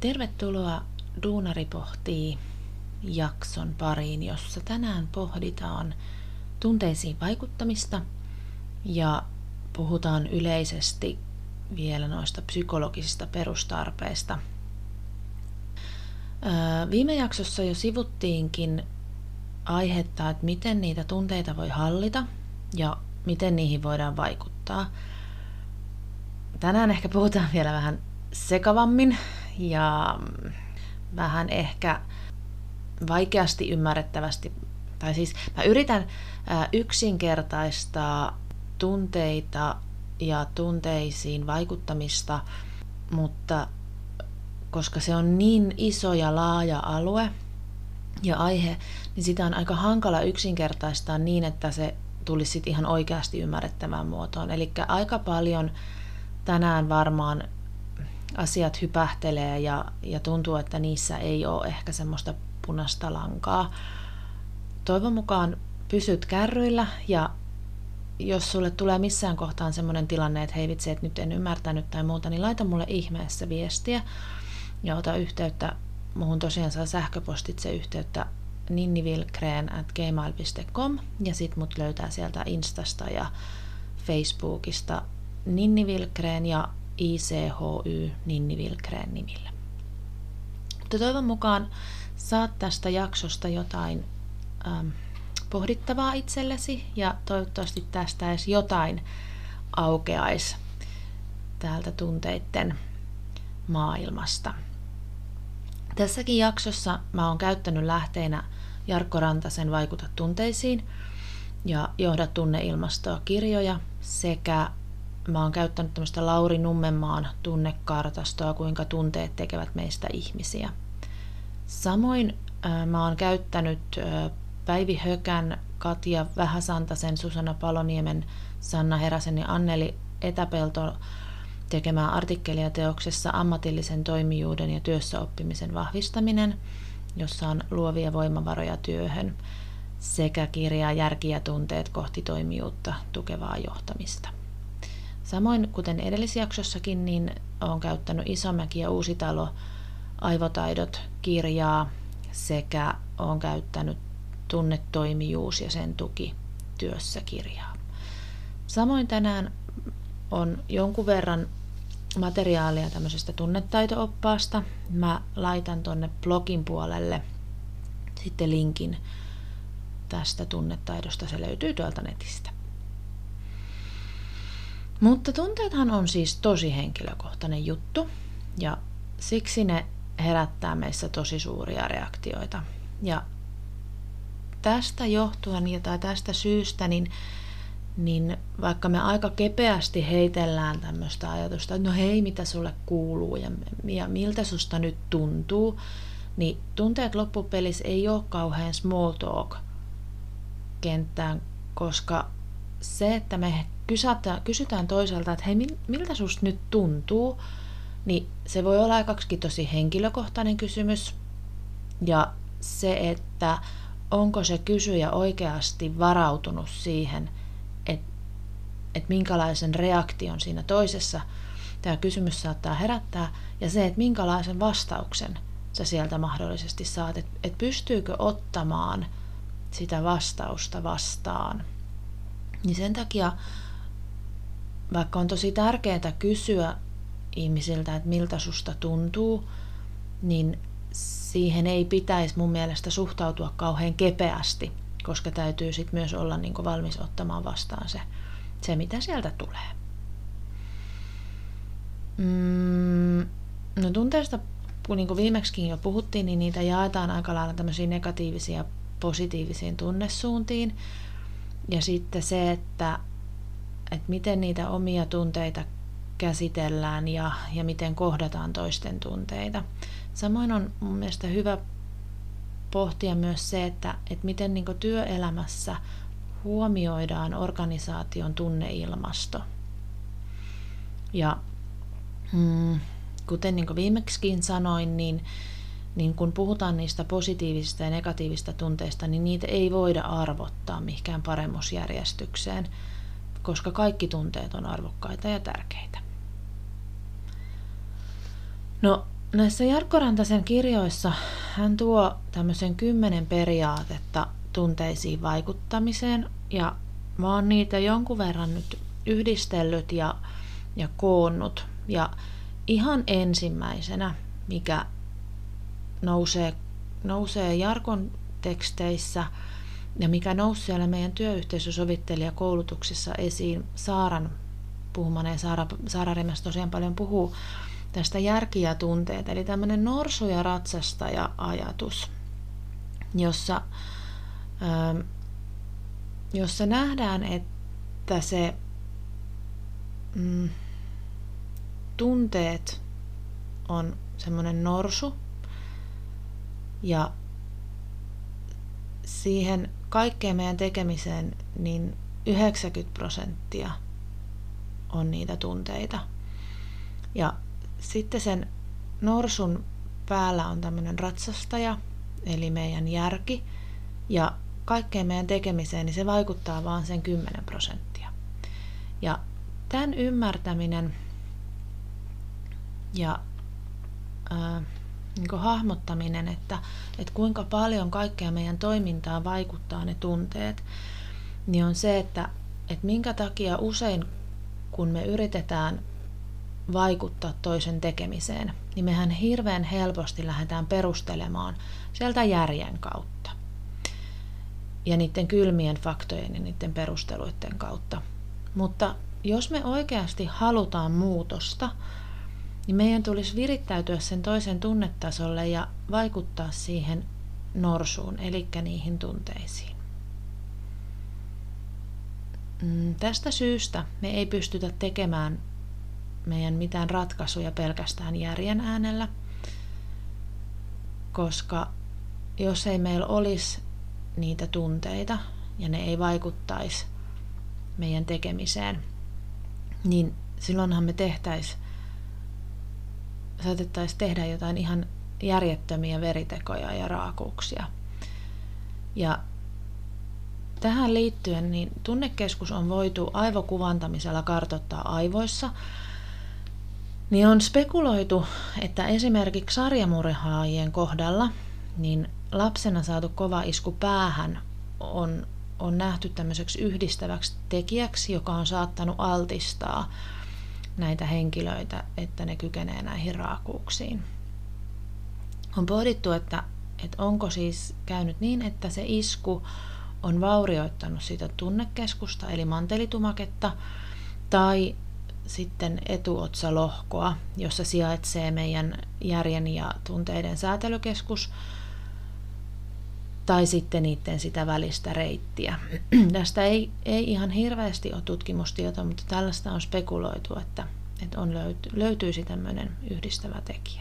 Tervetuloa Duunari pohtii jakson pariin, jossa tänään pohditaan tunteisiin vaikuttamista ja puhutaan yleisesti vielä noista psykologisista perustarpeista. Viime jaksossa jo sivuttiinkin aihetta, että miten niitä tunteita voi hallita ja miten niihin voidaan vaikuttaa. Tänään ehkä puhutaan vielä vähän sekavammin ja vähän ehkä vaikeasti ymmärrettävästi. Tai siis mä yritän yksinkertaistaa tunteita ja tunteisiin vaikuttamista, mutta koska se on niin iso ja laaja alue ja aihe, niin sitä on aika hankala yksinkertaistaa niin, että se tulisi sit ihan oikeasti ymmärrettävään muotoon. Eli aika paljon tänään varmaan asiat hypähtelee ja tuntuu, että niissä ei ole ehkä semmoista punaista lankaa. Toivon mukaan pysyt kärryillä ja jos sulle tulee missään kohtaan semmoinen tilanne, että hei vitsi, että nyt en ymmärtänyt tai muuta, niin laita mulle ihmeessä viestiä ja ota yhteyttä. Muhun tosiaan saa sähköpostitse yhteyttä ninnivilkreen@gmail.com ja sit mut löytää sieltä Instasta ja Facebookista Ninnivilkreen ja ICHY Ninnivilkreen nimillä. Mutta toivon mukaan saat tästä jaksosta jotain pohdittavaa itsellesi ja toivottavasti tästä edes jotain aukeaisi täältä tunteiden maailmasta. Tässäkin jaksossa mä oon käyttänyt lähteinä Jarkko Rantasen Vaikuta tunteisiin ja Johda tunneilmastoa -kirjoja sekä mä oon käyttänyt tämmöistä Lauri Nummenmaan tunnekartastoa, kuinka tunteet tekevät meistä ihmisiä. Samoin mä oon käyttänyt Päivi Hökän, Katja Vähäsantasen, Susanna Paloniemen, Sanna Heräsen ja Anneli Etäpelto tekemää artikkelia teoksessa Ammatillisen toimijuuden ja työssäoppimisen vahvistaminen, jossa on luovia voimavaroja työhön, sekä kirjaa Järki ja tunteet kohti toimijuutta tukevaa johtamista. Samoin kuten edellisjaksossakin, niin olen käyttänyt Isomäki ja Uusitalo Aivotaidot -kirjaa sekä olen käyttänyt Tunnetoimijuus ja sen tuki työssä -kirjaa. Samoin tänään on jonkun verran materiaalia tämmöisestä tunnetaito-oppaasta. Mä laitan tonne blogin puolelle sitten linkin tästä tunnetaidosta. Se löytyy tuolta netistä. Mutta tunteethan on siis tosi henkilökohtainen juttu ja siksi ne herättää meissä tosi suuria reaktioita. Ja tästä johtuen tai tästä syystä, niin vaikka me aika kepeästi heitellään tämmöistä ajatusta, että no hei, mitä sulle kuuluu ja miltä susta nyt tuntuu, niin tunteet loppupelissä ei ole kauhean small talk kenttään, koska se, että me kysytään toiselta, että hei, miltä susta nyt tuntuu, niin se voi olla aikakin tosi henkilökohtainen kysymys. Ja se, että onko se kysyjä oikeasti varautunut siihen, että minkälaisen reaktion siinä toisessa tämä kysymys saattaa herättää, ja se, että minkälaisen vastauksen sä sieltä mahdollisesti saat, että pystyykö ottamaan sitä vastausta vastaan. Niin sen takia, vaikka on tosi tärkeää kysyä ihmisiltä, että miltä susta tuntuu, niin siihen ei pitäisi mun mielestä suhtautua kauhean kepeästi, koska täytyy sit myös olla niin kuin valmis ottamaan vastaan se, mitä sieltä tulee. No tunteista, kun niin kuin viimeksikin jo puhuttiin, niin niitä jaetaan aika lailla tämmöisiin negatiivisiin ja positiivisiin tunnesuuntiin. Ja sitten se, että miten niitä omia tunteita käsitellään ja miten kohdataan toisten tunteita. Samoin on mun mielestä hyvä pohtia myös se, että miten niin kuin työelämässä huomioidaan organisaation tunneilmasto. Ja kuten niin kuin viimeksikin sanoin, niin kun puhutaan niistä positiivisista ja negatiivisista tunteista, niin niitä ei voida arvottaa mihinkään paremmuusjärjestykseen, koska kaikki tunteet on arvokkaita ja tärkeitä. No, näissä Jarkko Rantasen kirjoissa hän tuo tämmöisen 10 periaatetta tunteisiin vaikuttamiseen, ja mä oon niitä jonkun verran nyt yhdistellyt ja koonnut. Ja ihan ensimmäisenä, mikä nousee Jarkon teksteissä ja mikä nousi siellä meidän työyhteisösovittelijakoulutuksessa esiin Saaran puhumana, ja Saara Remes tosiaan paljon puhuu tästä järki ja tunteet, eli tämmöinen norsu ja ratsastaja ajatus, jossa nähdään, että se tunteet on semmoinen norsu, ja siihen kaikkeen meidän tekemiseen niin 90% on niitä tunteita. Ja sitten sen norsun päällä on tämmöinen ratsastaja, eli meidän järki, ja kaikkeen meidän tekemiseen niin se vaikuttaa vaan sen 10%. Ja tämän ymmärtäminen ja niin kuin hahmottaminen, että kuinka paljon kaikkea meidän toimintaan vaikuttaa ne tunteet, niin on se, että minkä takia usein kun me yritetään vaikuttaa toisen tekemiseen, niin mehän hirveän helposti lähdetään perustelemaan sieltä järjen kautta ja niiden kylmien faktojen ja niiden perusteluiden kautta. Mutta jos me oikeasti halutaan muutosta, niin meidän tulisi virittäytyä sen toisen tunnetasolle ja vaikuttaa siihen norsuun, eli niihin tunteisiin. Tästä syystä me ei pystytä tekemään meidän mitään ratkaisuja pelkästään järjen äänellä, koska jos ei meillä olisi niitä tunteita ja ne ei vaikuttaisi meidän tekemiseen, niin silloinhan me saatettaisiin tehdä jotain ihan järjettömiä veritekoja ja raakuuksia. Ja tähän liittyen niin tunnekeskus on voitu aivokuvantamisella kartoittaa aivoissa, niin on spekuloitu, että esimerkiksi sarjamurhaajien kohdalla niin lapsena saatu kova isku päähän on nähty tämmöiseksi yhdistäväksi tekijäksi, joka on saattanut altistaa näitä henkilöitä, että ne kykenee näihin raakuuksiin. On pohdittu, että onko siis käynyt niin, että se isku on vaurioittanut sitä tunnekeskusta, eli mantelitumaketta, tai sitten etuotsalohkoa, jossa sijaitsee meidän järjen ja tunteiden säätelykeskus, tai sitten niiden sitä välistä reittiä. Tästä ei ihan hirveästi ole tutkimustietoa, mutta tällaista on spekuloitu, että löytyisi tämmöinen yhdistävä tekijä.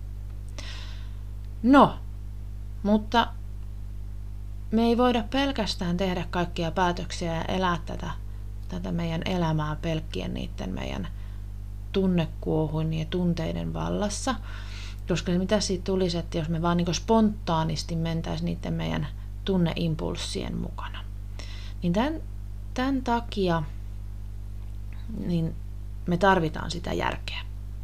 No, mutta me ei voida pelkästään tehdä kaikkia päätöksiä ja elää tätä meidän elämää pelkkien niiden meidän tunnekuohun ja tunteiden vallassa, koska mitä siitä tulisi, että jos me vaan niin spontaanisti mentäisiin niiden meidän tunneimpulssien mukana. Niin tämän takia niin me tarvitaan sitä järkeä.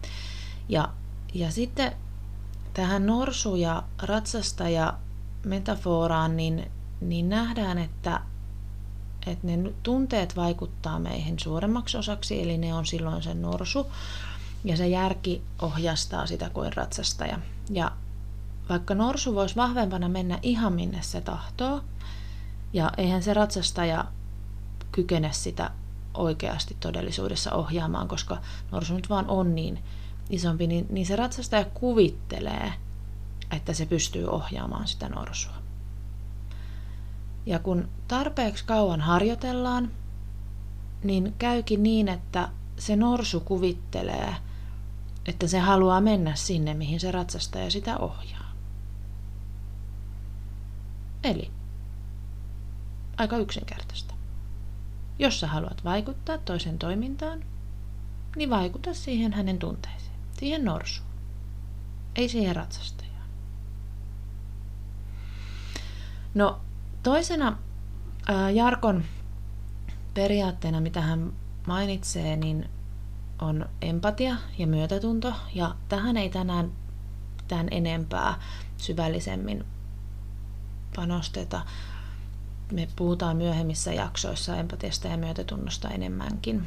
Ja sitten tähän norsu- ja ratsastaja metaforaan niin nähdään, että ne tunteet vaikuttaa meihin suuremmaksi osaksi, eli ne on silloin se norsu, ja se järki ohjastaa sitä kuin ratsastaja. Ja vaikka norsu voisi vahvempana mennä ihan minne se tahtoo, ja eihän se ratsastaja kykene sitä oikeasti todellisuudessa ohjaamaan, koska norsu nyt vaan on niin isompi, niin se ratsastaja kuvittelee, että se pystyy ohjaamaan sitä norsua. Ja kun tarpeeksi kauan harjoitellaan, niin käykin niin, että se norsu kuvittelee, että se haluaa mennä sinne, mihin se ratsastaja sitä ohjaa. Eli aika yksinkertaista. Jos sä haluat vaikuttaa toisen toimintaan, niin vaikuta siihen hänen tunteeseen, siihen norsuun, ei siihen ratsastajaan. No, toisena Jarkon periaatteena, mitä hän mainitsee, niin on empatia ja myötätunto, ja tähän ei tänään mitään enempää syvällisemmin panosteta. Me puhutaan myöhemmissä jaksoissa empatiasta ja myötätunnosta enemmänkin.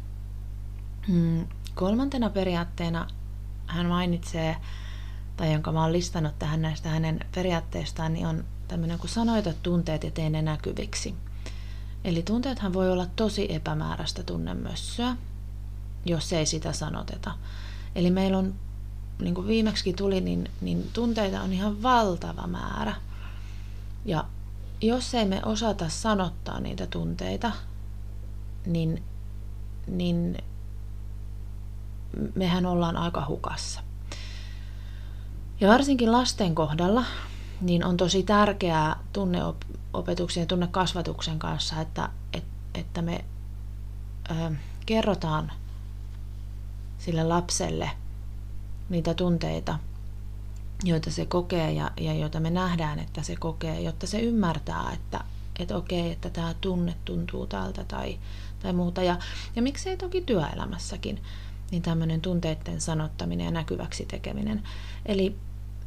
3. periaatteena hän mainitsee, tai jonka mä oon listannut tähän näistä hänen periaatteistaan, niin on tämmöinen kuin sanoita tunteet ja tee ne näkyviksi. Eli tunteethan voi olla tosi epämääräistä tunnemössöä, jos ei sitä sanoteta. Eli meillä on, niin kuin viimeksi tuli, niin tunteita on ihan valtava määrä. Ja jos ei me osata sanottaa niitä tunteita, niin mehän ollaan aika hukassa. Ja varsinkin lasten kohdalla niin on tosi tärkeää tunneopetuksen ja tunnekasvatuksen kanssa, että me kerrotaan sille lapselle niitä tunteita, joita se kokee ja joita me nähdään, että se kokee, jotta se ymmärtää, että okei, että tämä tunne tuntuu tältä tai muuta. Ja miksei toki työelämässäkin, niin tämmöinen tunteiden sanottaminen ja näkyväksi tekeminen. Eli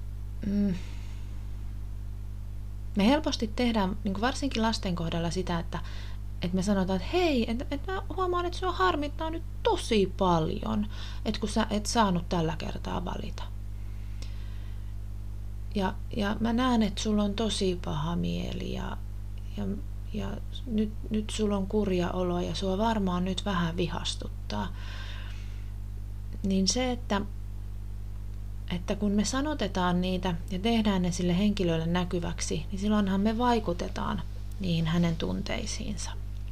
me helposti tehdään, niin varsinkin lasten kohdalla sitä, että me sanotaan, että hei, että mä huomaan, että sua harmittaa nyt tosi paljon, että kun sä et saanut tällä kertaa valita. Ja mä näen, että sulla on tosi paha mieli ja nyt sulla on kurja olo ja sua varmaan nyt vähän vihastuttaa. Niin se, että kun me sanotetaan niitä ja tehdään ne sille henkilölle näkyväksi, niin silloinhan me vaikutetaan niihin hänen tunteisiinsa.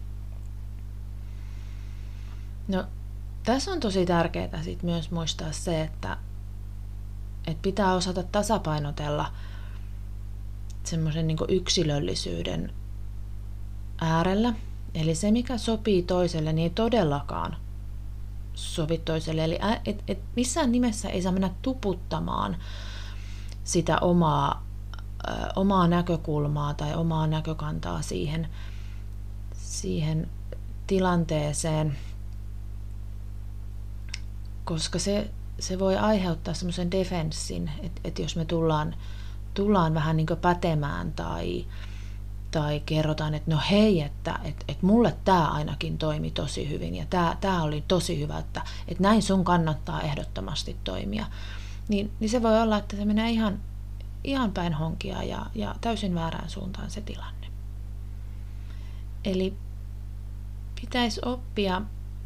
No, tässä on tosi tärkeää sit myös muistaa se, että pitää osata tasapainotella semmoisen niin kuin yksilöllisyyden äärellä. Eli se, mikä sopii toiselle, niin ei todellakaan sovi toiselle. Eli missään nimessä ei saa mennä tuputtamaan sitä omaa näkökulmaa tai omaa näkökantaa siihen tilanteeseen, koska se voi aiheuttaa semmoisen defenssin, että jos me tullaan vähän niin kuin pätemään tai kerrotaan, että no hei, että mulle tämä ainakin toimi tosi hyvin ja tämä oli tosi hyvä, että näin sun kannattaa ehdottomasti toimia. Niin se voi olla, että se menee ihan päin honkia ja täysin väärään suuntaan se tilanne. Eli pitäisi oppia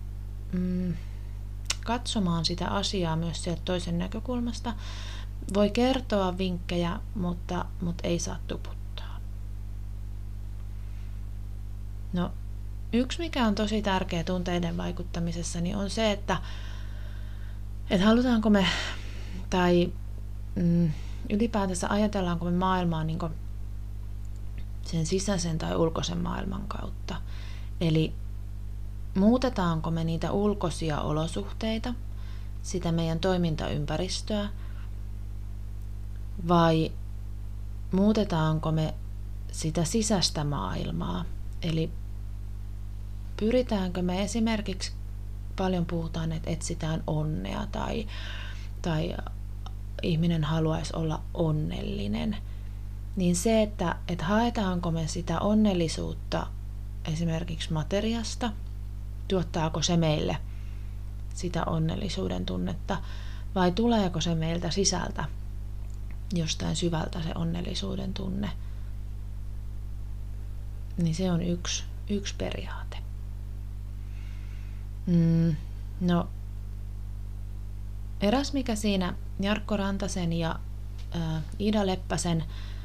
katsomaan sitä asiaa myös sieltä toisen näkökulmasta. Voi kertoa vinkkejä, mutta ei saa tuputtaa. No, yksi mikä on tosi tärkeä tunteiden vaikuttamisessa, niin on se, että halutaanko me tai ylipäätänsä ajatellaanko me maailmaa niin kuin sen sisäisen tai ulkoisen maailman kautta. Eli muutetaanko me niitä ulkoisia olosuhteita, sitä meidän toimintaympäristöä, vai muutetaanko me sitä sisäistä maailmaa? Eli pyritäänkö me esimerkiksi, paljon puhutaan, että etsitään onnea tai ihminen haluaisi olla onnellinen, niin se, että haetaanko me sitä onnellisuutta esimerkiksi materiasta, tuottaako se meille sitä onnellisuuden tunnetta vai tuleeko se meiltä sisältä jostain syvältä se onnellisuuden tunne, niin se on yksi periaate. No, eräs mikä siinä Jarkko Rantasen ja Ida Leppäsen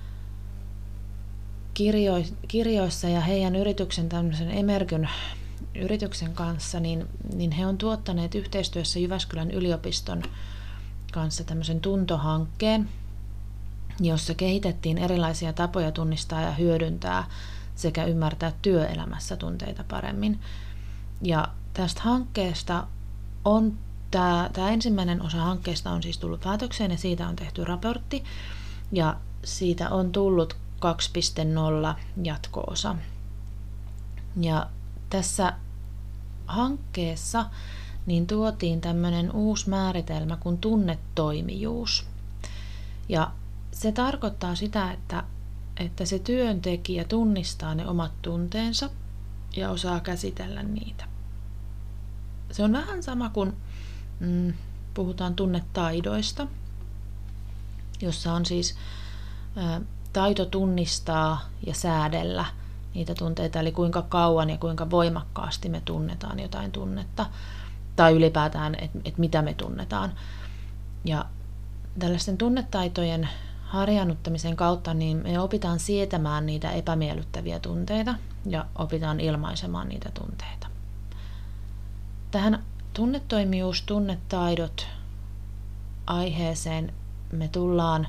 kirjoissa ja heidän yrityksen tämmöisen Emergyn yrityksen kanssa, niin he on tuottaneet yhteistyössä Jyväskylän yliopiston kanssa tämmöisen tuntohankkeen, jossa kehitettiin erilaisia tapoja tunnistaa ja hyödyntää sekä ymmärtää työelämässä tunteita paremmin. Ja tästä hankkeesta on tämä ensimmäinen osa hankkeesta on siis tullut päätökseen ja siitä on tehty raportti ja siitä on tullut 2.0 jatko-osa. Ja tässä hankkeessa niin tuotiin tämmöinen uusi määritelmä kuin tunnetoimijuus. Ja se tarkoittaa sitä, että se työntekijä tunnistaa ne omat tunteensa ja osaa käsitellä niitä. Se on vähän sama kuin puhutaan tunnetaidoista, jossa on siis taito tunnistaa ja säädellä niitä tunteita, eli kuinka kauan ja kuinka voimakkaasti me tunnetaan jotain tunnetta, tai ylipäätään, että mitä me tunnetaan. Ja tällaisten tunnetaitojen harjaannuttamisen kautta niin me opitaan sietämään niitä epämiellyttäviä tunteita ja opitaan ilmaisemaan niitä tunteita. Tähän tunnetoimijuus, tunnetaidot aiheeseen me tullaan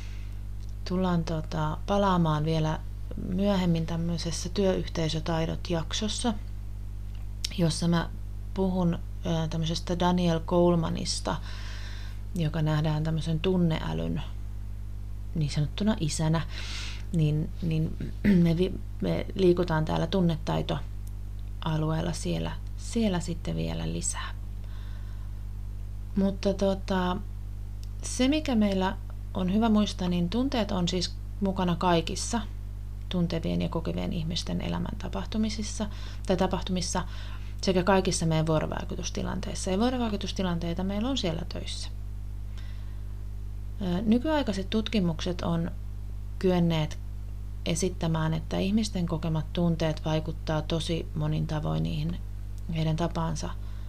palaamaan vielä myöhemmin tämmöisessä työyhteisötaidot-jaksossa, jossa mä puhun tämmöisestä Daniel Golemanista, joka nähdään tämmöisen tunneälyn niin sanottuna isänä, niin me liikutaan täällä tunnetaitoalueella siellä sitten vielä lisää. Mutta se, mikä meillä on hyvä muistaa, niin tunteet on siis mukana kaikissa tuntevien ja kokevien ihmisten elämän tapahtumissa sekä kaikissa meidän vuorovaikutustilanteissa. Ja vuorovaikutustilanteita meillä on siellä töissä. Nykyaikaiset tutkimukset on kyenneet esittämään, että ihmisten kokemat tunteet vaikuttaa tosi monin tavoin niihin heidän tapaansa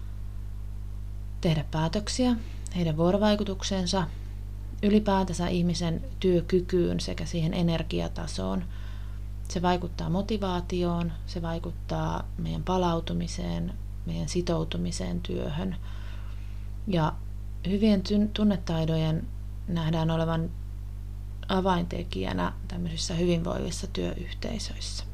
tehdä päätöksiä, heidän vuorovaikutuksensa, ylipäätänsä ihmisen työkykyyn sekä siihen energiatasoon. Se vaikuttaa motivaatioon, se vaikuttaa meidän palautumiseen, meidän sitoutumiseen työhön. Ja hyvien tunnetaidojen nähdään olevan avaintekijänä tämmöisissä hyvinvoivissa työyhteisöissä.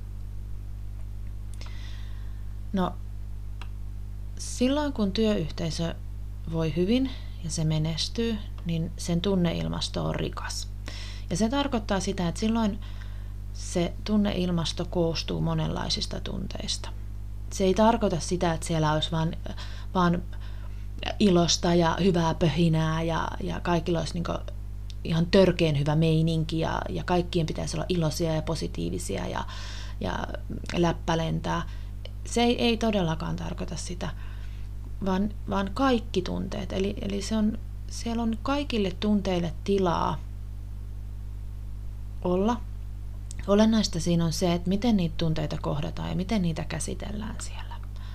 No, silloin kun työyhteisö voi hyvin ja se menestyy, niin sen tunneilmasto on rikas. Ja se tarkoittaa sitä, että silloin se tunneilmasto koostuu monenlaisista tunteista. Se ei tarkoita sitä, että siellä olisi vaan ilosta ja hyvää pöhinää ja kaikilla olisi niin ihan törkeän hyvä meininki ja kaikkien pitäisi olla iloisia ja positiivisia ja läppä lentää. Se ei todellakaan tarkoita sitä, vaan kaikki tunteet. Eli siellä on kaikille tunteille tilaa olla. Olennaista siinä on se, että miten niitä tunteita kohdataan ja miten niitä käsitellään siellä.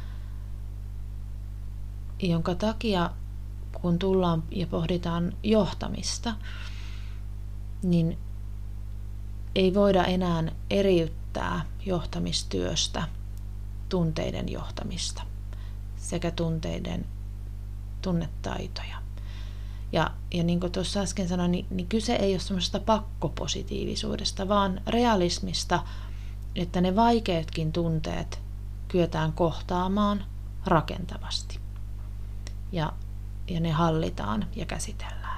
Jonka takia, kun tullaan ja pohditaan johtamista, niin ei voida enää eriyttää johtamistyöstä tunteiden johtamista sekä tunnetaitoja. Ja niin kuin tuossa äsken sanoin, niin kyse ei ole semmoisesta pakkopositiivisuudesta, vaan realismista, että ne vaikeatkin tunteet kyetään kohtaamaan rakentavasti. Ja ne hallitaan ja käsitellään.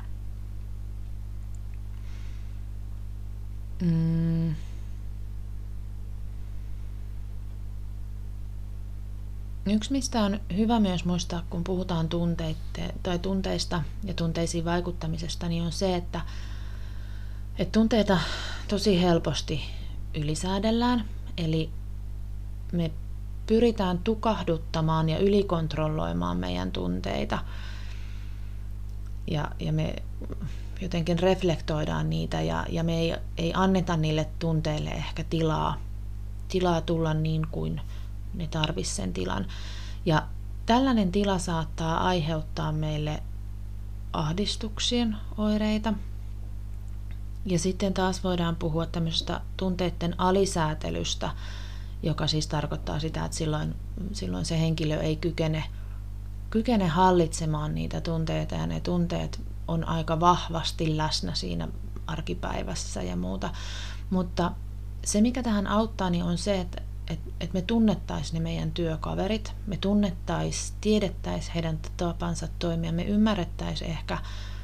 Yksi, mistä on hyvä myös muistaa, kun puhutaan tunteista ja tunteisiin vaikuttamisesta, niin on se, että tunteita tosi helposti ylisäädellään. Eli me pyritään tukahduttamaan ja ylikontrolloimaan meidän tunteita. Ja me jotenkin reflektoidaan niitä ja me ei anneta niille tunteille ehkä tilaa tulla niin kuin ne tarvitsisi sen tilan. Ja tällainen tila saattaa aiheuttaa meille ahdistuksien oireita. Ja sitten taas voidaan puhua tämmöisestä tunteiden alisäätelystä, joka siis tarkoittaa sitä, että silloin se henkilö ei kykene hallitsemaan niitä tunteita ja ne tunteet on aika vahvasti läsnä siinä arkipäivässä ja muuta. Mutta se, mikä tähän auttaa, niin on se, että me tunnettaisiin ne meidän työkaverit, me tiedettäisiin heidän tapansa toimia, me ymmärrettäisiin ehkä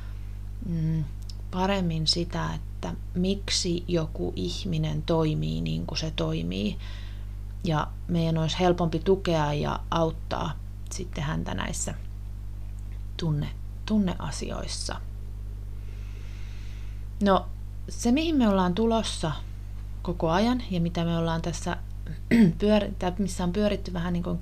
paremmin sitä, että miksi joku ihminen toimii niin kuin se toimii. Ja meidän olisi helpompi tukea ja auttaa sitten häntä näissä tunneasioissa. No se, mihin me ollaan tulossa koko ajan ja mitä me ollaan tässä, missä on pyöritty vähän niin kuin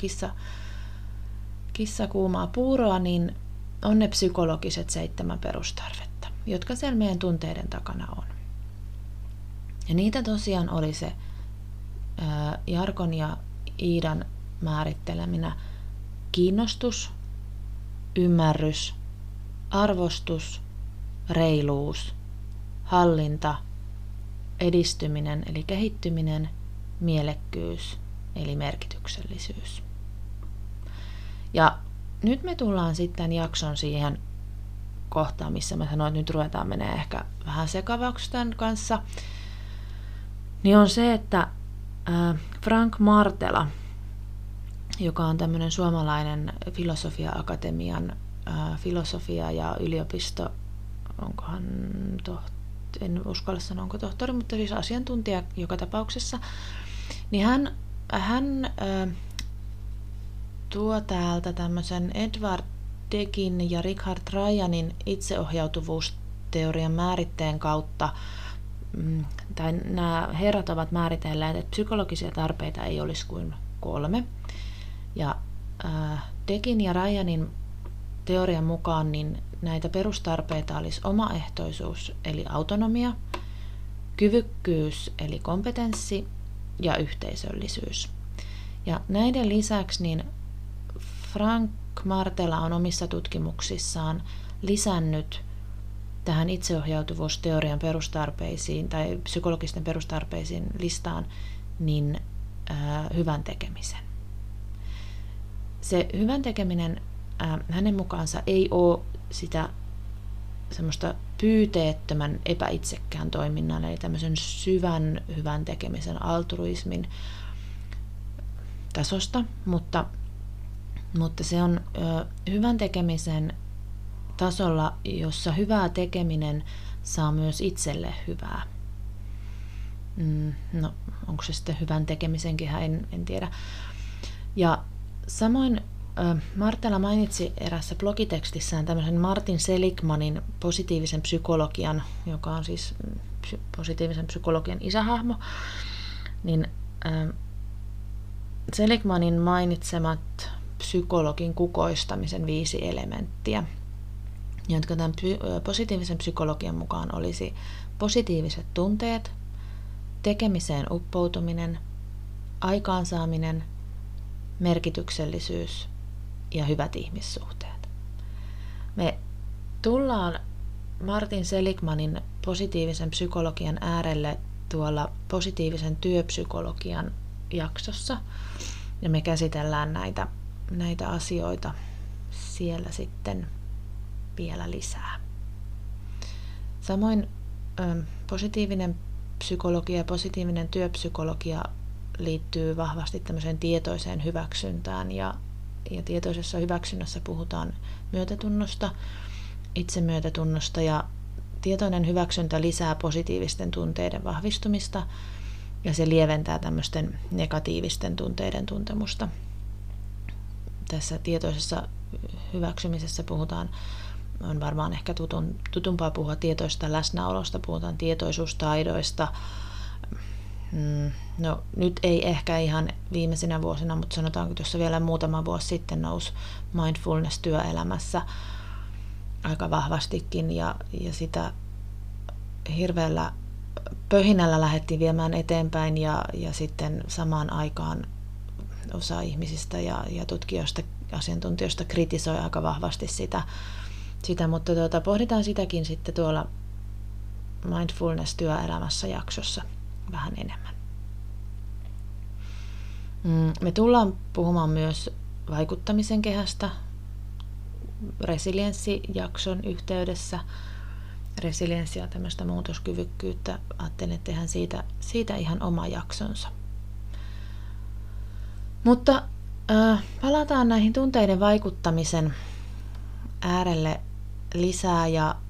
kissa kuumaa puuroa, niin on ne psykologiset 7 perustarvetta, jotka siellä meidän tunteiden takana on. Ja niitä tosiaan oli se Jarkon ja Iidan määritteleminä kiinnostus, ymmärrys, arvostus, reiluus, hallinta, edistyminen eli kehittyminen, mielekkyys eli merkityksellisyys. Ja nyt me tullaan sitten jakson siihen kohtaan, missä mä sanoin, että nyt ruvetaan menee ehkä vähän sekavaksi tämän kanssa, niin on se, että Frank Martela, joka on tämmöinen suomalainen filosofia-akatemian filosofia ja yliopisto, onkohan en uskalla sanoa, onko tohtori, mutta siis asiantuntija joka tapauksessa, niin hän tuo täältä tämmöisen Edward Dekin ja Richard Ryanin itseohjautuvuusteorian määritteen kautta, tai nämä herrat ovat määritelleet, että psykologisia tarpeita ei olisi kuin 3. Ja Dekin ja Ryanin teorian mukaan niin näitä perustarpeita olisi omaehtoisuus eli autonomia, kyvykkyys eli kompetenssi ja yhteisöllisyys. Ja näiden lisäksi niin Frank Martela on omissa tutkimuksissaan lisännyt tähän itseohjautuvuusteorian perustarpeisiin tai psykologisten perustarpeisiin listaan niin hyvän tekemisen. Se hyvän tekeminen hänen mukaansa ei ole sitä semmoista pyyteettömän epäitsekkään toiminnan, eli tämmöisen syvän hyvän tekemisen altruismin tasosta, mutta se on hyvän tekemisen tasolla, jossa hyvää tekeminen saa myös itselle hyvää. No, onko se sitten hyvän tekemisenkin, en tiedä. Ja samoin Martela mainitsi erässä blogitekstissään tämmöisen Martin Seligmanin positiivisen psykologian, joka on siis positiivisen psykologian isähahmo, niin Seligmanin mainitsemat psykologin kukoistamisen 5 elementtiä, jotka tämän positiivisen psykologian mukaan olisi positiiviset tunteet, tekemiseen uppoutuminen, aikaansaaminen, merkityksellisyys ja hyvät ihmissuhteet. Me tullaan Martin Seligmanin positiivisen psykologian äärelle tuolla positiivisen työpsykologian jaksossa, ja me käsitellään näitä asioita siellä sitten vielä lisää. Samoin positiivinen psykologia ja positiivinen työpsykologia liittyy vahvasti tämmöiseen tietoiseen hyväksyntään, ja tietoisessa hyväksynnässä puhutaan myötätunnosta, itsemyötätunnosta, ja tietoinen hyväksyntä lisää positiivisten tunteiden vahvistumista ja se lieventää tämmöisten negatiivisten tunteiden tuntemusta. Tässä tietoisessa hyväksymisessä on varmaan ehkä tutumpaa puhua tietoista läsnäolosta, puhutaan tietoisuustaidoista. No nyt ei ehkä ihan viimeisinä vuosina, mutta sanotaanko tuossa vielä muutama vuosi sitten nousi mindfulness työelämässä aika vahvastikin, ja sitä hirveällä pöhinällä lähdettiin viemään eteenpäin, ja sitten samaan aikaan osa ihmisistä ja tutkijoista, asiantuntijoista kritisoi aika vahvasti sitä, mutta pohditaan sitäkin sitten tuolla mindfulness työelämässä jaksossa vähän enemmän. Me tullaan puhumaan myös vaikuttamisen kehästä resilienssijakson yhteydessä. Resilienssi on tämmöistä muutoskyvykkyyttä. Ajattelin, että tehdään siitä ihan oma jaksonsa. Mutta palataan näihin tunteiden vaikuttamisen äärelle lisää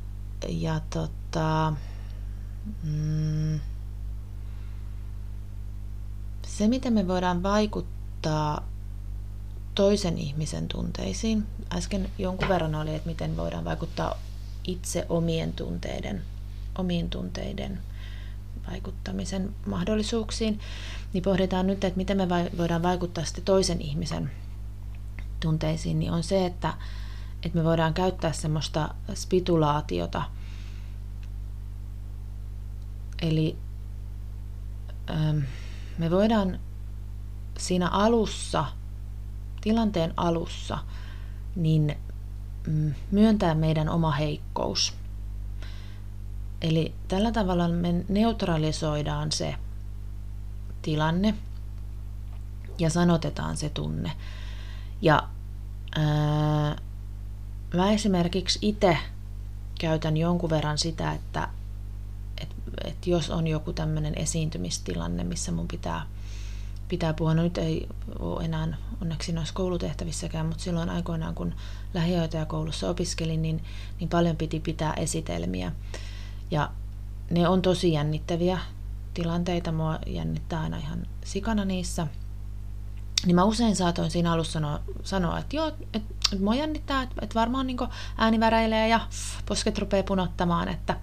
se, miten me voidaan vaikuttaa toisen ihmisen tunteisiin. Äsken jonkun verran oli, että miten voidaan vaikuttaa itse omien tunteiden omiin tunteiden vaikuttamisen mahdollisuuksiin, niin pohditaan nyt, että miten me voidaan vaikuttaa sitten toisen ihmisen tunteisiin, niin on se, että me voidaan käyttää semmoista spitulaatiota. Eli me voidaan siinä alussa, tilanteen alussa, niin myöntää meidän oma heikkous. Eli tällä tavalla me neutralisoidaan se tilanne ja sanotetaan se tunne. Ja mä esimerkiksi itse käytän jonkun verran sitä, että jos on joku tämmöinen esiintymistilanne, missä mun pitää puhua, no nyt ei ole enää onneksi noissa koulutehtävissäkään, mutta silloin aikoinaan, kun lähihoitajakoulussa opiskelin, niin paljon piti pitää esitelmiä. Ja ne on tosi jännittäviä tilanteita, mua jännittää aina ihan sikana niissä. Niin mä usein saatoin siinä alussa sanoa, että joo, että mua jännittää, että varmaan niin ääni väräilee ja posket rupeaa punottamaan, että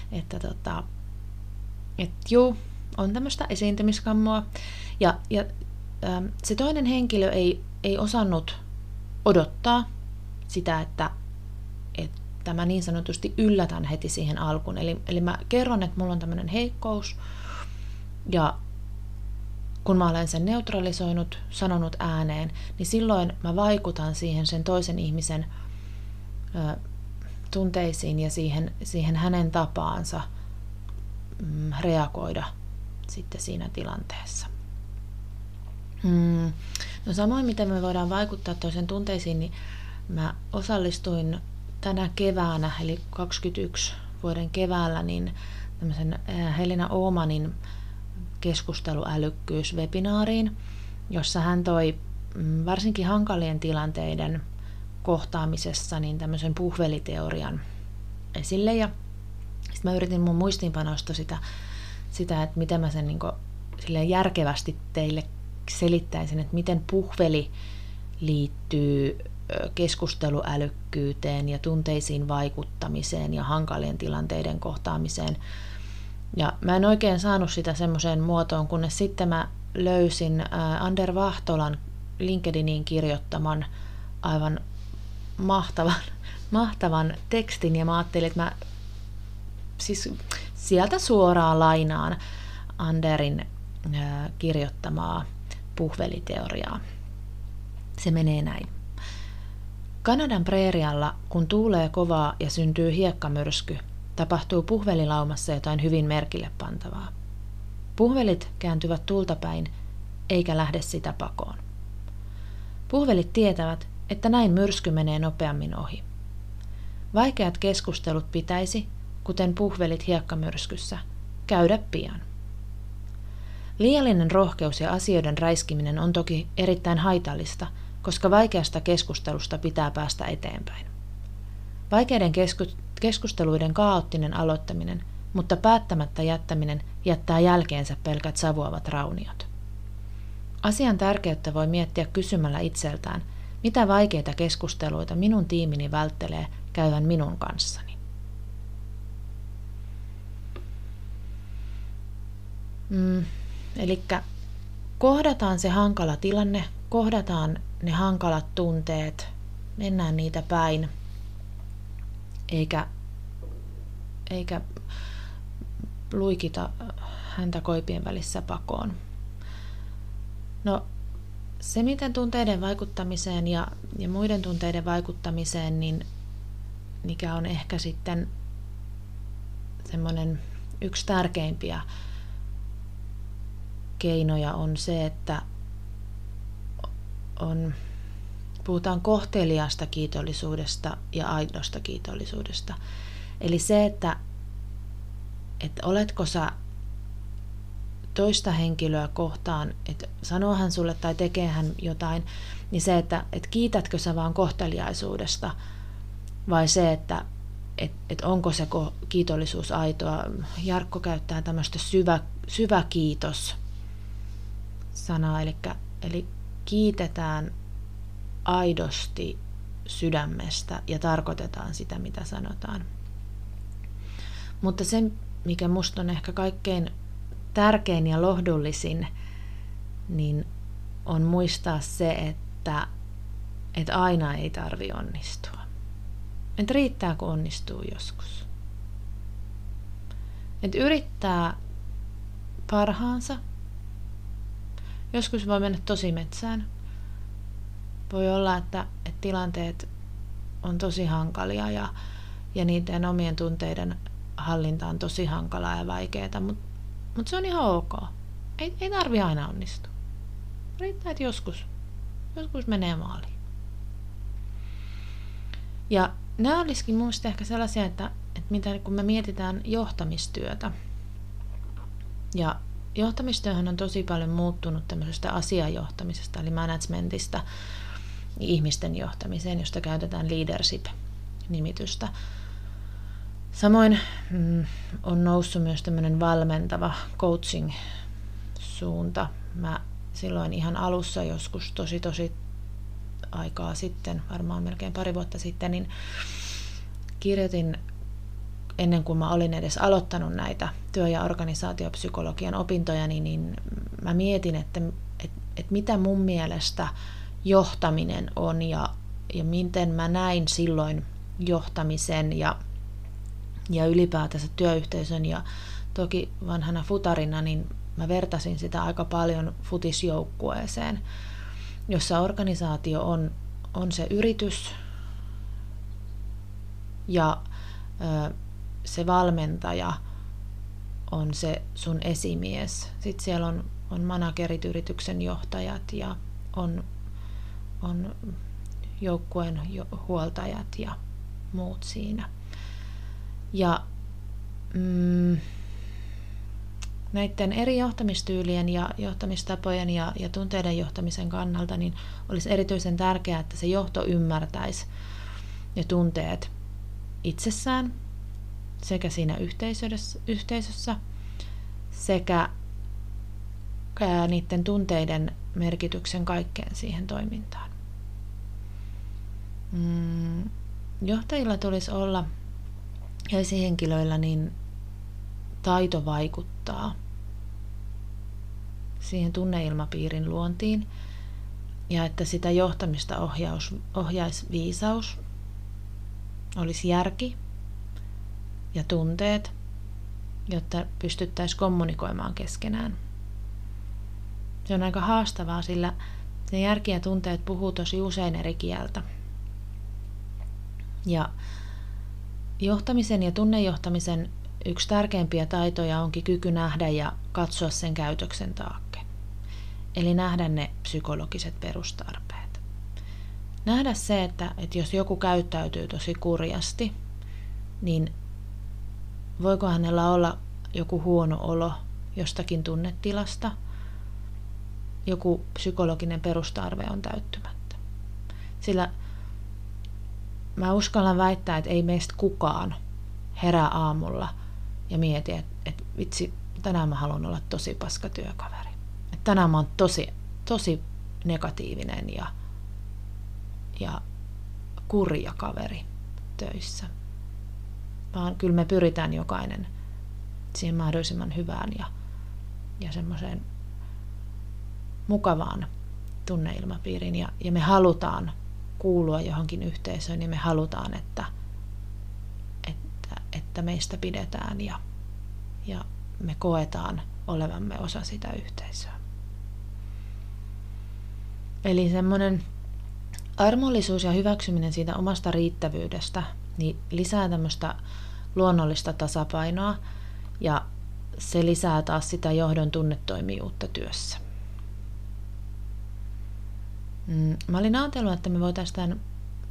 juu, on tämmöistä esiintymiskammoa. Ja se toinen henkilö ei osannut odottaa sitä, että mä niin sanotusti yllätän heti siihen alkuun. Eli mä kerron, että mulla on tämmöinen heikkous, ja kun mä olen sen neutralisoinut, sanonut ääneen, niin silloin mä vaikutan siihen sen toisen ihmisen tunteisiin ja siihen hänen tapaansa reagoida sitten siinä tilanteessa. No samoin, miten me voidaan vaikuttaa toisen tunteisiin, niin mä osallistuin tänä keväänä, eli 21 vuoden keväällä, niin tämmöisen Helena Oomanin keskusteluälykkyys-webinaariin, jossa hän toi varsinkin hankalien tilanteiden kohtaamisessa niin tämmöisen puhveliteorian esille. Ja sitten mä yritin mun muistiinpanosta sitä, että miten mä sen niin kuin silleen järkevästi teille selittäisin, että miten puhveli liittyy keskusteluälykkyyteen ja tunteisiin vaikuttamiseen ja hankalien tilanteiden kohtaamiseen. Ja mä en oikein saanut sitä semmoiseen muotoon, kunnes sitten mä löysin Ander Vahtolan LinkedIniin kirjoittaman aivan mahtavan tekstin, ja mä ajattelin, että mä siis sieltä suoraan lainaan Anderin kirjoittamaa puhveliteoriaa. Se menee näin. Kanadan preerialla, kun tuulee kovaa ja syntyy hiekkamyrsky, tapahtuu puhvelilaumassa jotain hyvin merkille pantavaa. Puhvelit kääntyvät tulta päin, eikä lähde sitä pakoon. Puhvelit tietävät, että näin myrsky menee nopeammin ohi. Vaikeat keskustelut pitäisi, kuten puhvelit hiekkamyrskyssä, käydä pian. Liiallinen rohkeus ja asioiden räiskiminen on toki erittäin haitallista, koska vaikeasta keskustelusta pitää päästä eteenpäin. Vaikeiden keskusteluiden kaoottinen aloittaminen, mutta päättämättä jättäminen jättää jälkeensä pelkät savuavat rauniot. Asian tärkeyttä voi miettiä kysymällä itseltään, mitä vaikeita keskusteluita minun tiimini välttelee käyvän minun kanssani. Elikkä kohdataan se hankala tilanne, kohdataan ne hankalat tunteet, mennään niitä päin, eikä luikita häntä koipien välissä pakoon. No, se miten tunteiden vaikuttamiseen ja muiden tunteiden vaikuttamiseen, niin mikä on ehkä sitten semmoinen yksi tärkeimpiä keinoja on se, että puhutaan kohteliaasta kiitollisuudesta ja aidosta kiitollisuudesta. Eli se, että oletko sä toista henkilöä kohtaan, että sanoo hän sulle tai tekee hän jotain, niin se, että kiitätkö sä vaan kohteliaisuudesta vai se, että onko se kiitollisuus aitoa. Jarkko käyttää tämmöistä syvä kiitos sanaa, eli kiitetään aidosti sydämestä ja tarkoitetaan sitä, mitä sanotaan. Mutta se, mikä musta on ehkä kaikkein tärkein ja lohdullisin, niin on muistaa se, että aina ei tarvi onnistua. Että riittää, kun onnistuu joskus. Että yrittää parhaansa. Joskus voi mennä tosi metsään. Voi olla, että tilanteet on tosi hankalia ja niiden omien tunteiden hallinta on tosi hankalaa ja vaikeaa, mutta se on ihan ok. Ei tarvi aina onnistua. Riittää, että joskus menee maaliin. Ja nämä olisikin mun mielestä ehkä sellaisia, että mitä, kun me mietitään johtamistyötä. Ja johtamistyöhän on tosi paljon muuttunut tämmöisestä asiajohtamisesta, eli managementista ihmisten johtamiseen, josta käytetään leadership-nimitystä. Samoin on noussut myös tämmöinen valmentava coaching-suunta. Mä silloin ihan alussa joskus tosi aikaa sitten, varmaan melkein 2 vuotta sitten, niin kirjoitin, ennen kuin mä olin edes aloittanut näitä työ- ja organisaatiopsykologian opintoja, niin mä mietin, että mitä mun mielestä johtaminen on ja miten mä näin silloin johtamisen ja ylipäätänsä työyhteisön. Ja toki vanhana futarina, niin mä vertasin sitä aika paljon futisjoukkueeseen, jossa organisaatio on se yritys ja se valmentaja on se sun esimies. Sitten siellä on managerit, yrityksen johtajat ja on joukkueen huoltajat ja muut siinä. Ja näiden eri johtamistyylien ja johtamistapojen ja tunteiden johtamisen kannalta niin olisi erityisen tärkeää, että se johto ymmärtäisi ne tunteet itsessään sekä siinä yhteisössä sekä niiden tunteiden merkityksen kaikkeen siihen toimintaan. Johtajilla tulisi olla ja esihenkilöillä niin taito vaikuttaa siihen tunneilmapiirin luontiin ja että sitä johtamista ohjaisi viisaus, olisi järki ja tunteet, jotta pystyttäisiin kommunikoimaan keskenään. Se on aika haastavaa, sillä ne järki ja tunteet puhuu tosi usein eri kieltä. Ja johtamisen ja tunnejohtamisen yksi tärkeimpiä taitoja onkin kyky nähdä ja katsoa sen käytöksen taakke. Eli nähdä ne psykologiset perustarpeet. Nähdä se, että jos joku käyttäytyy tosi kurjasti, niin voiko hänellä olla joku huono olo jostakin tunnetilasta, joku psykologinen perustarve on täyttymättä. Sillä mä uskallan väittää, että ei meistä kukaan herää aamulla ja mieti, että vitsi, tänään mä haluan olla tosi paska työkaveri. Että tänään mä oon tosi negatiivinen ja kurja kaveri töissä. Vaan kyllä me pyritään jokainen siihen mahdollisimman hyvään ja semmoiseen mukavaan tunneilmapiiriin. Ja me halutaan kuulua johonkin yhteisöön ja me halutaan, että meistä pidetään ja me koetaan olevamme osa sitä yhteisöä. Eli semmoinen armollisuus ja hyväksyminen siitä omasta riittävyydestä niin lisää tämmöistä luonnollista tasapainoa ja se lisää taas sitä johdon tunnetoimijuutta työssä. Mä olin ajatellut, että me voitaisiin tämän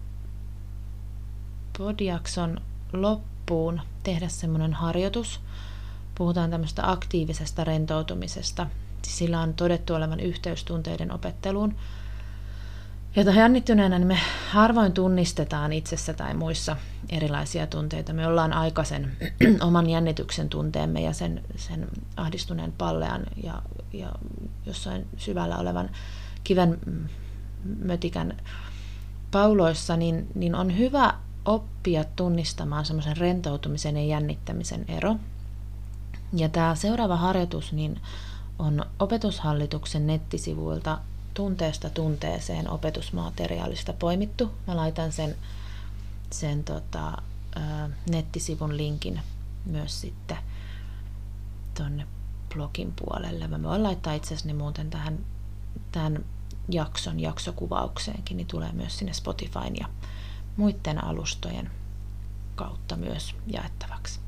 podjakson loppuun tehdä semmoinen harjoitus. Puhutaan tämmöistä aktiivisesta rentoutumisesta. Sillä on todettu olevan yhteys tunteiden opetteluun. Ja jännittyneenä niin me harvoin tunnistetaan itsessä tai muissa erilaisia tunteita. Me ollaan aika sen oman jännityksen tunteemme ja sen ahdistuneen pallean ja jossain syvällä olevan kiven mötikän pauloissa, niin on hyvä oppia tunnistamaan semmoisen rentoutumisen ja jännittämisen ero. Ja tämä seuraava harjoitus niin on Opetushallituksen nettisivuilta tunteesta tunteeseen opetusmateriaalista poimittu. Mä laitan sen nettisivun linkin myös sitten tonne blogin puolelle. Mä voin laittaa itse asiassa ne muuten tämän jaksokuvaukseenkin, niin tulee myös sinne Spotifyn ja muiden alustojen kautta myös jaettavaksi.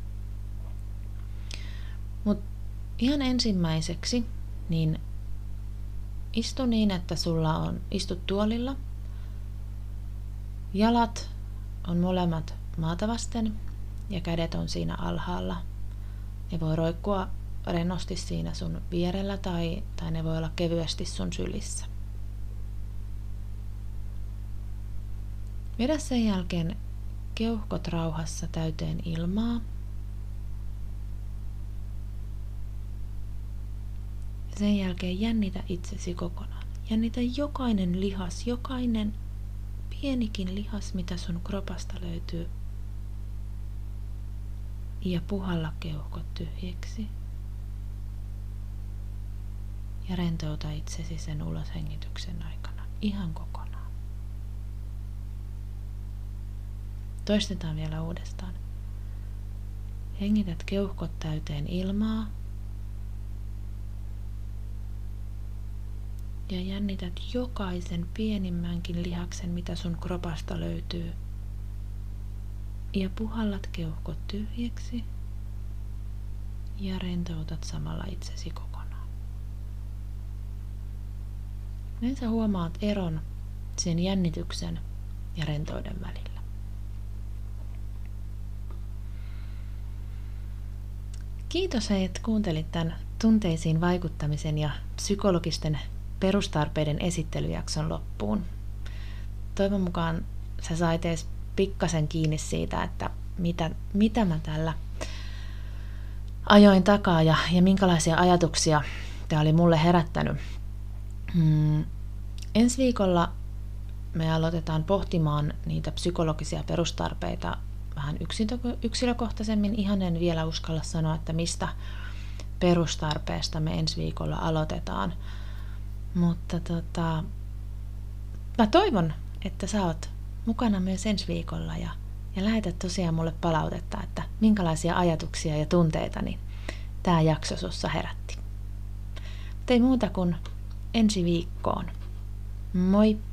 Mut ihan ensimmäiseksi niin istu niin, että istut tuolilla. Jalat on molemmat maata vasten ja kädet on siinä alhaalla. Ne voi roikkua rennosti siinä sun vierellä tai ne voi olla kevyesti sun sylissä. Vedä sen jälkeen keuhkot rauhassa täyteen ilmaa. Sen jälkeen jännitä itsesi kokonaan. Jännitä jokainen lihas, jokainen pienikin lihas, mitä sun kropasta löytyy. Ja puhalla keuhkot tyhjiksi. Ja rentouta itsesi sen uloshengityksen aikana ihan kokonaan. Toistetaan vielä uudestaan. Hengität keuhkot täyteen ilmaa. Ja jännität jokaisen pienimmänkin lihaksen, mitä sun kropasta löytyy. Ja puhallat keuhkot tyhjiksi. Ja rentoutat samalla itsesi kokonaan. Näin sä huomaat eron sen jännityksen ja rentouden välillä. Kiitos, että kuuntelit tämän tunteisiin vaikuttamisen ja psykologisten perustarpeiden esittelyjakson loppuun. Toivon mukaan sä sait edes pikkasen kiinni siitä, että mitä mä tällä ajoin takaa ja minkälaisia ajatuksia tämä oli mulle herättänyt. Ensi viikolla me aloitetaan pohtimaan niitä psykologisia perustarpeita vähän yksilökohtaisemmin. Ihan en vielä uskalla sanoa, että mistä perustarpeesta me ensi viikolla aloitetaan. Mutta mä toivon, että sä oot mukana myös ensi viikolla ja lähetät tosiaan mulle palautetta, että minkälaisia ajatuksia ja tunteita niin tää jakso sussa herätti. Ei muuta kuin ensi viikkoon. Moi!